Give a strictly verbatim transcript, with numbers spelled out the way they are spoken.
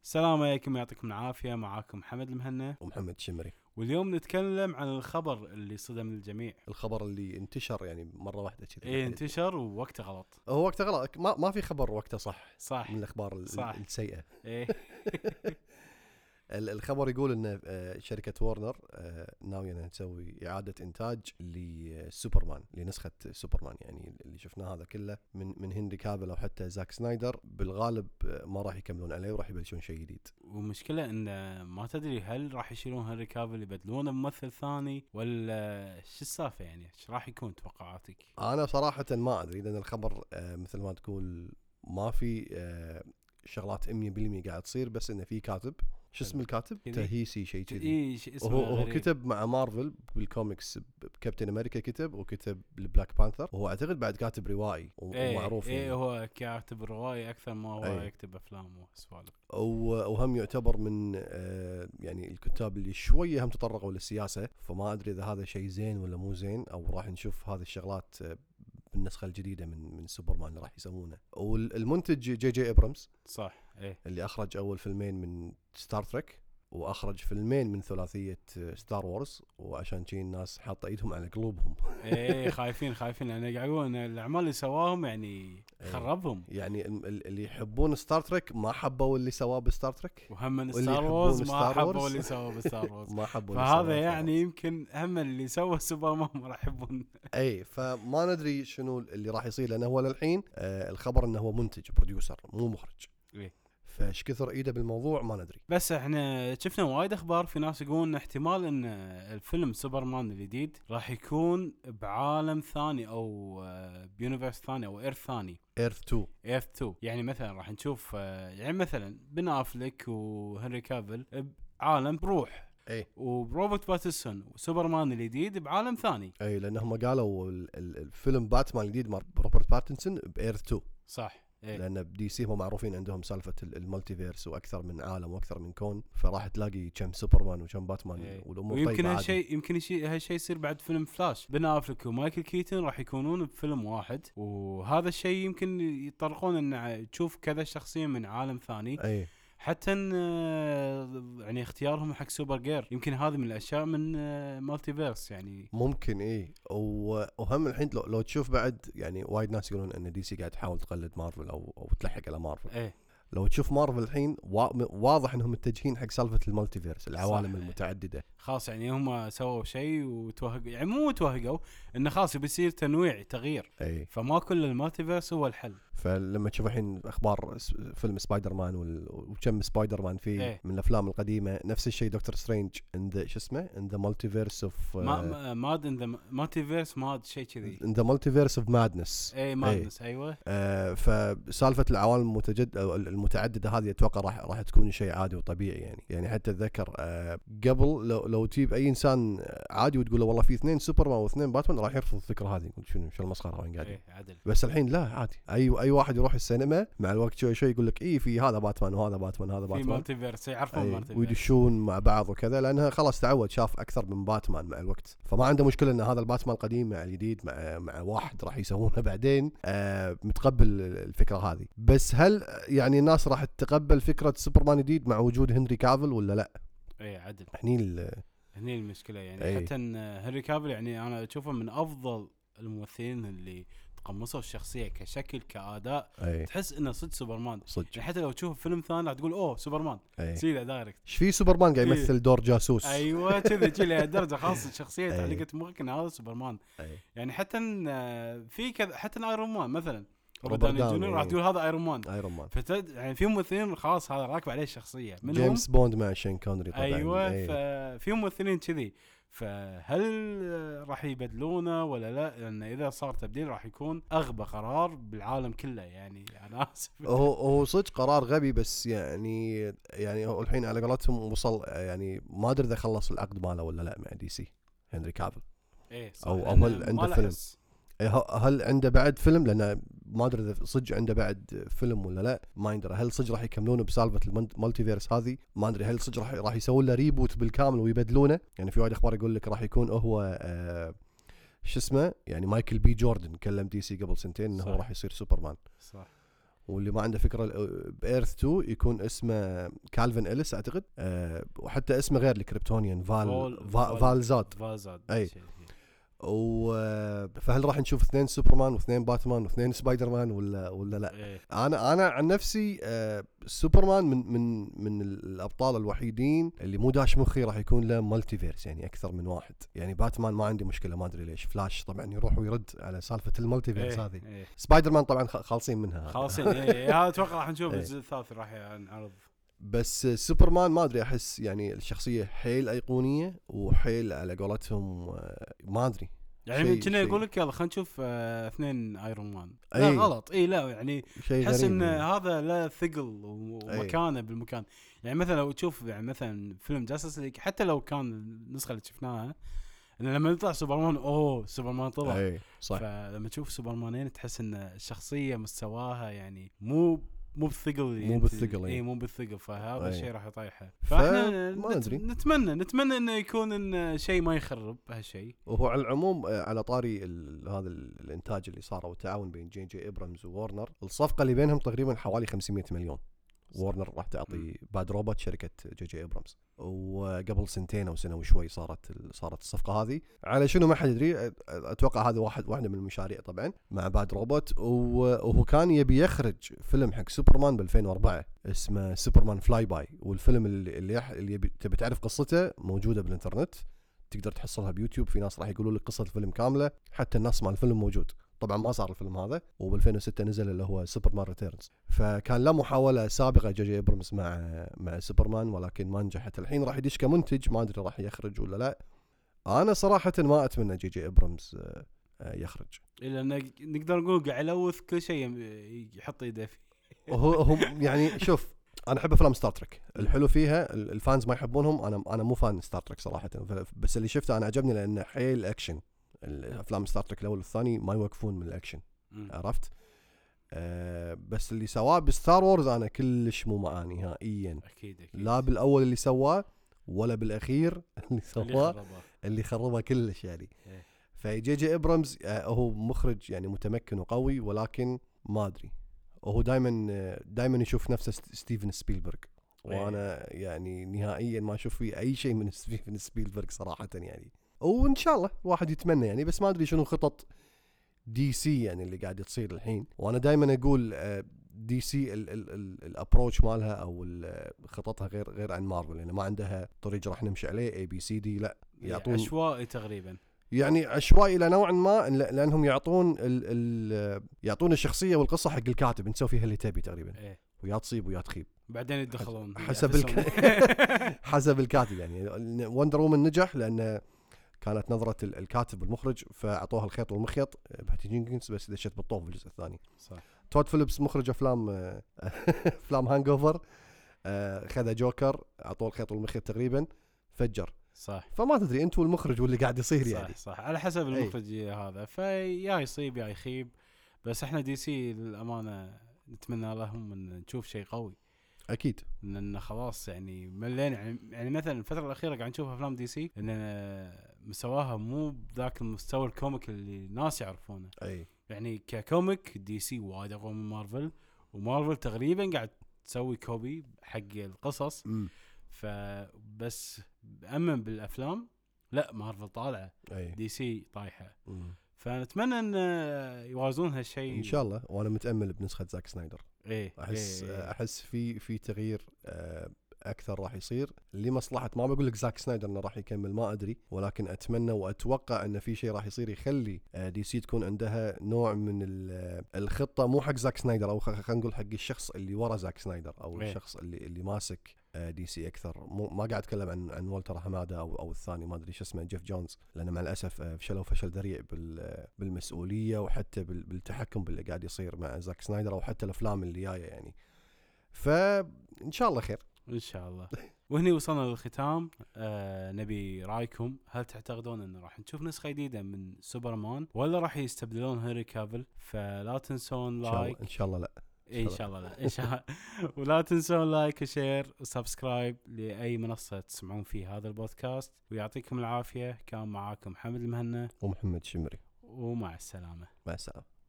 السلام عليكم، يعطيكم العافية. معاكم محمد المهنا ومحمد شمري. واليوم نتكلم عن الخبر اللي صدم الجميع. الخبر اللي انتشر يعني مرة واحدة كذا. ايه انتشر ووقته غلط. هو وقته غلط، ما ما في خبر وقته صح. صح من الأخبار صح. السيئة. ايه الخبر يقول ان شركة وورنر ناوية انها تسوي إعادة إنتاج لسوبرمان، لنسخة سوبرمان يعني اللي شفناه هذا كله من من هنري كافيل أو حتى زاك سنايدر، بالغالب ما راح يكملون عليه وراح يبلشون شيء جديد. ومشكلة ان ما تدري هل راح يشيلون هنري كافيل يبدلونه بممثل ثاني ولا شو السالفة، يعني ايش راح يكون توقعاتك؟ أنا صراحة ما أدري، لأن الخبر مثل ما تقول ما في شغلات مية بالمية قاعد تصير، بس انه في كاتب، شو اسم الكاتب؟ تهيسي شيء كذي. ايه اسمه وهو, وهو كتب مع مارفل بالكوميكس بكابتن امريكا، كتب وكتب البلاك بانثر، وهو اعتقد بعد كاتب روائي ومعروف. ايه, إيه هو كاتب رواية اكثر ما هو ايه يكتب افلام وسوالف. وهم يعتبر من آه يعني الكتاب اللي شويه هم تطرقوا للسياسه، فما ادري اذا هذا شيء زين ولا مو زين، او راح نشوف هذه الشغلات بالنسخة الجديدة من من سوبرمان اللي راح يسوونه. والمنتج جي جي إبرامز، صح ايه، اللي أخرج أول فيلمين من ستار تريك، وأخرج فيلمين من ثلاثية ستار وورز، وعشان شي الناس حاطة إيدهم على قلوبهم. ايه خايفين خايفين لأن قاعد يقولون الأعمال اللي سواهم يعني خربهم. يعني اللي يحبون ستار تريك ما حبوا اللي سواه بستار تريك، وهم من ستار وورز ما حبوا اللي سواه بستار وورز. ما حبوا. فهذا يعني يمكن هم اللي سوى سوبرمان ما راح يحبون. اي فما ندري شنو اللي راح يصير، لأنه هو للحين آه الخبر انه هو منتج بروديوسر مو مخرج. إيه. فايش كثر ايده بالموضوع ما ندري. بس احنا شفنا وايد اخبار، في ناس يقولون احتمال ان الفيلم سوبرمان الجديد راح يكون بعالم ثاني او بيونيفرس ثاني او ايرث ثاني، ايرث تو. ايرث تو يعني مثلا راح نشوف يعني مثلا بن افليك وهنري كافيل بعالم بروح، اي وروبرت باتسون وسوبرمان الجديد بعالم ثاني. اي لانهم قالوا الفيلم باتمان الجديد مع روبرت باتنسون بايرث تو. صح. إيه؟ لأن بدي سي هم معروفين عندهم سالفة المالتيفيرس وأكثر من عالم وأكثر من كون، فراح تلاقي كم سوبرمان وكم باتمان. إيه؟ والأمور ويمكن طيبة هالشيء يمكن هالشيء يصير بعد فيلم فلاش. بن أفلك ومايكل كيتن راح يكونون بفيلم واحد، وهذا الشيء يمكن يطرقون أن تشوف كذا شخصية من عالم ثاني. أي. حتى يعني اختيارهم حق سوبر جير يمكن هذه من الاشياء من مالتيفيرس يعني ممكن. ايه وهم الحين لو, لو تشوف بعد يعني وايد ناس يقولون ان دي سي قاعد تحاول تقلد مارفل او او تلحق على مارفل. ايه لو تشوف مارفل الحين واضح انهم متجهين حق سالفه المالتيفيرس، العوالم صح. المتعدده خلاص يعني هم سووا شيء وتوهقوا، يعني مو توهقوا انه خلاص بيصير تنويع تغيير. أي. فما كل المالتيفيرس هو الحل. فلما تشوف الحين اخبار فيلم سبايدر مان وكم سبايدر مان فيه ايه. من الافلام القديمه، نفس الشيء دكتور سترينج ان ذا شو اسمه ان ذا مالتيفيرس اوف ما ماد ان ذا مالتيفيرس ماد شيء كذي ان ذا مالتيفيرس اوف مادنس. اي مادنس ايه. ايوه. آه فسالفه العوالم المتجد المتعدده هذه اتوقع راح راح تكون شيء عادي وطبيعي يعني. يعني حتى اتذكر آه قبل لو لو تجيب اي انسان عادي وتقول له والله في اثنين سوبرمان واثنين باتمان، راح يرفض الفكره هذه، يقول شنو شو المسخره وين قاعد. ايه عدل. بس الحين لا عادي، اي اي واحد يروح السينما مع الوقت شوي شوي يقول لك ايه في هذا باتمان وهذا باتمان هذا باتمان، في مالتيفيرس يعرفون مالتيفيرس ويدشون مع بعض وكذا، لانها خلاص تعود شاف اكثر من باتمان مع الوقت، فما عنده مشكله ان هذا الباتمان القديم مع الجديد مع مع واحد راح يسوونه بعدين. آه متقبل الفكره هذه. بس هل يعني الناس راح تتقبل فكره سوبرمان جديد مع وجود هنري كافيل ولا لا؟ اي عدل. هني هني المشكله يعني. أي. حتى ان هنري كافيل يعني انا اشوفه من افضل الممثلين اللي تقمصوا الشخصيه كشكل كاداء. أي. تحس انه صدق سوبرمان صدق. يعني حتى لو تشوف فيلم ثاني راح تقول اوه سوبرمان سيده دايركت. ايش في سوبرمان قاعد يمثل إيه. دور جاسوس. ايوه كذا كذا درجه خاصه الشخصيه تعلقت مخك ان هذا سوبرمان. أي. يعني حتى في كذا حتى ايرون مان مثلا روبرت داوني جونيور راح تقول هذا ايرون مان. ايرون مان فتد يعني في ممثلين خلاص هذا راكب عليه الشخصيه منهم جيمس بوند مع شين كونري طبعا. ايوه. ففي ممثلين كذي، فهل راح يبدلونه ولا لا؟ لأن إذا صار تبديل راح يكون أغبى قرار بالعالم كله يعني. أنا آسف. هو هو صدق قرار غبي، بس يعني يعني هو الحين على قولتهم وصل يعني ما أدري إذا خلص العقد ماله ولا لا مع دي سي هنري كافيل. إيه صح. أو هل عنده فيلم؟ هل عنده بعد فيلم؟ لأن ما أدري إذا صدق عنده بعد فيلم ولا لا، ما يندرى. هل صدق راح يكملونه بسالفة المالتيفيرس هذه؟ ما أدري. هل صدق راح راح يسوون له ريبوت بالكامل ويبدلونه؟ يعني في وايد أخبار يقول لك راح يكون هو آه شو اسمه يعني مايكل بي جوردن كلم دي سي قبل سنتين إنه هو راح يصير سوبرمان. صح. واللي ما عنده فكره بإيرث تو يكون اسمه كالفين إليس اعتقد. أه وحتى اسمه غير الكريبتونيان فال فول فا فالزاد فالزاد اي. و فهل راح نشوف اثنين سوبرمان واثنين باتمان واثنين سبايدر مان ولا ولا لا؟ إيه. انا انا عن نفسي آه سوبرمان من من من الابطال الوحيدين اللي مو داش مخي راح يكون له مالتيفيرس، يعني اكثر من واحد. يعني باتمان ما عندي مشكله، ما ادري ليش. فلاش طبعا يروح ويرد على سالفه المالتيفيرس إيه. هذه. إيه. سبايدر مان طبعا خالصين منها خالصين. إيه. هذا اتوقع راح نشوف إيه. الجزء الثالث راح ينعرض. بس سوبرمان ما ادري، احس يعني الشخصيه حيل ايقونيه وحيل على قولتهم ما ادري يعني كنا يقول لك يلا خلينا نشوف آه اثنين ايرون مان. أي. لا غلط. اي لا يعني تحس ان يعني. هذا لا ثقل ومكانه بالمكان. يعني مثلا لو تشوف يعني مثلا فيلم جاستس ليج، حتى لو كان النسخه اللي شفناها ان لما يطلع سوبرمان اوه سوبرمان طلع. اي صح. فلما تشوف سوبرمانين تحس ان الشخصيه مستواها يعني مو مو بالثقل، مو بالثقل. اي مو بالثقل. فهذا الشيء راح يطيحه. فاحنا فاحنا نت... نتمنى نتمنى انه يكون إن شيء ما يخرب هالشيء. وهو على العموم على طاري هذا الانتاج اللي صار والتعاون بين جي جي ابرامز وورنر، الصفقه اللي بينهم تقريبا حوالي خمسمية مليون. وورنر راح تعطي باد روبوت شركه جي جي ابرامز، وقبل سنتين او سنه وشوي صارت صارت الصفقه هذه. على شنو ما حد يدري. اتوقع هذا واحد واحده من المشاريع طبعا مع باد روبوت. وهو كان يبي يخرج فيلم حق سوبرمان ب ألفين وأربعة اسمه سوبرمان فلاي باي. والفيلم اللي اللي, يح... اللي يبي تبي تعرف قصته موجوده بالانترنت، تقدر تحصلها بيوتيوب. في ناس راح يقولوا لك قصه الفيلم كامله، حتى النص مال الفيلم موجود. طبعا ما صار الفيلم هذا، وب2006 نزل اللي هو سوبرمان ريتيرنز. فكان له محاوله سابقه جي جي ابرامز مع مع سوبرمان، ولكن ما نجحت. الحين راح يدش كمنتج، ما ادري راح يخرج ولا لا. انا صراحه ما اتمنى جي جي ابرامز يخرج، الا نقدر نقول قاعد يلوث كل شيء يحط يده فيه. هو هو يعني شوف، انا احب افلام ستار تريك. الحلو فيها الفانز ما يحبونهم، انا انا مو فان ستار تريك صراحه، بس اللي شفته انا عجبني لانه حيل اكشن. الافلام ستار تريك الاول والثاني ما يوقفون من الاكشن. م. عرفت. أه بس اللي سواه بستار وورز انا كلش مو معاه نهائيا. أكيد أكيد. لا بالاول اللي سواه ولا بالاخير اللي سواه اللي, اللي خربه كلش يعني. إيه. فجي جي ابرامز أه هو مخرج يعني متمكن وقوي، ولكن ما ادري، وهو دائما دائما يشوف نفسه ستيفن سبيلبرغ. وانا يعني نهائيا ما اشوف فيه اي شيء من ستيفن سبيلبرغ صراحه يعني. وان شاء الله واحد يتمنى يعني، بس ما ادري شنو خطط دي سي يعني اللي قاعد تصير الحين. وانا دائما اقول دي سي الابروتش مالها او خططها غير غير عن مارفل، يعني ما عندها طريق راح نمشي عليه اي بي سي دي. لا يعطون عشوائي تقريبا، يعني عشوائي الى نوعا ما، لانهم يعطون ال ال يعطون الشخصيه والقصه حق الكاتب، انت سوي فيها اللي تبي تقريبا. إيه؟ ويا تصيب ويا تخيب، بعدين يدخلون حسب الك... حسب الكاتب. يعني وندر وومن نجح لان كانت نظرة الكاتب والمخرج، فأعطوها الخيط والمخيط باتي جينكنز، بس دشت بالطوف في الجزء الثاني. صح. تود فيليبس مخرج أفلام أفلام هانغوفر خذ جوكر، أعطوه الخيط والمخيط تقريبا، فجر. صح. فما تدري أنت والمخرج واللي قاعد يصير صح يعني. صح على حسب المخرج هذا، فيا يصيب يا يخيب. بس إحنا دي سي للأمانة نتمنى لهم أن نشوف شيء قوي. اكيد، لان خلاص يعني ملين. يعني مثلا الفتره الاخيره قاعد نشوف افلام دي سي ان مستواها مو بذاك المستوى الكوميك اللي الناس يعرفونه. اي يعني ككوميك دي سي وايد اقوى من مارفل، ومارفل تقريبا قاعد تسوي كوبي حق القصص. م. فبس اما بالافلام لا، مارفل طالعه، دي سي طايحه. م. فنتمنى ان يوازون هالشيء ان شاء الله. وانا متامل بنسخه زاك سنايدر. ايه احس إيه احس في في تغيير اكثر راح يصير لمصلحه. ما بقول لك زاك سنايدر انه راح يكمل، ما ادري، ولكن اتمنى واتوقع ان في شيء راح يصير يخلي دي سي تكون عندها نوع من الخطه، مو حق زاك سنايدر، او خلينا نقول حق الشخص اللي ورا زاك سنايدر، او إيه. الشخص اللي اللي ماسك دي سي اكثر. ما قاعد اتكلم عن عن والتر حماده او او الثاني ما ادري شو اسمه، جيف جونز، لانه مع الاسف فشلوا فشل ذريع بالمسؤوليه وحتى بالتحكم باللي قاعد يصير مع زاك سنايدر، او حتى الافلام اللي جايه يعني. فان شاء الله خير ان شاء الله. وهني وصلنا للختام. آه نبي رايكم، هل تعتقدون انه راح نشوف نسخه جديده من سوبرمان ولا راح يستبدلون هنري كافل؟ فلا تنسون لايك. ان شاء الله لا، ان شاء الله لا ان شاء الله. ولا تنسون لايك وشير وسبسكرايب لاي منصه تسمعون فيه هذا البودكاست. ويعطيكم العافيه. كان معاكم محمد المهنا ومحمد شمري، ومع السلامه. مع السلامه.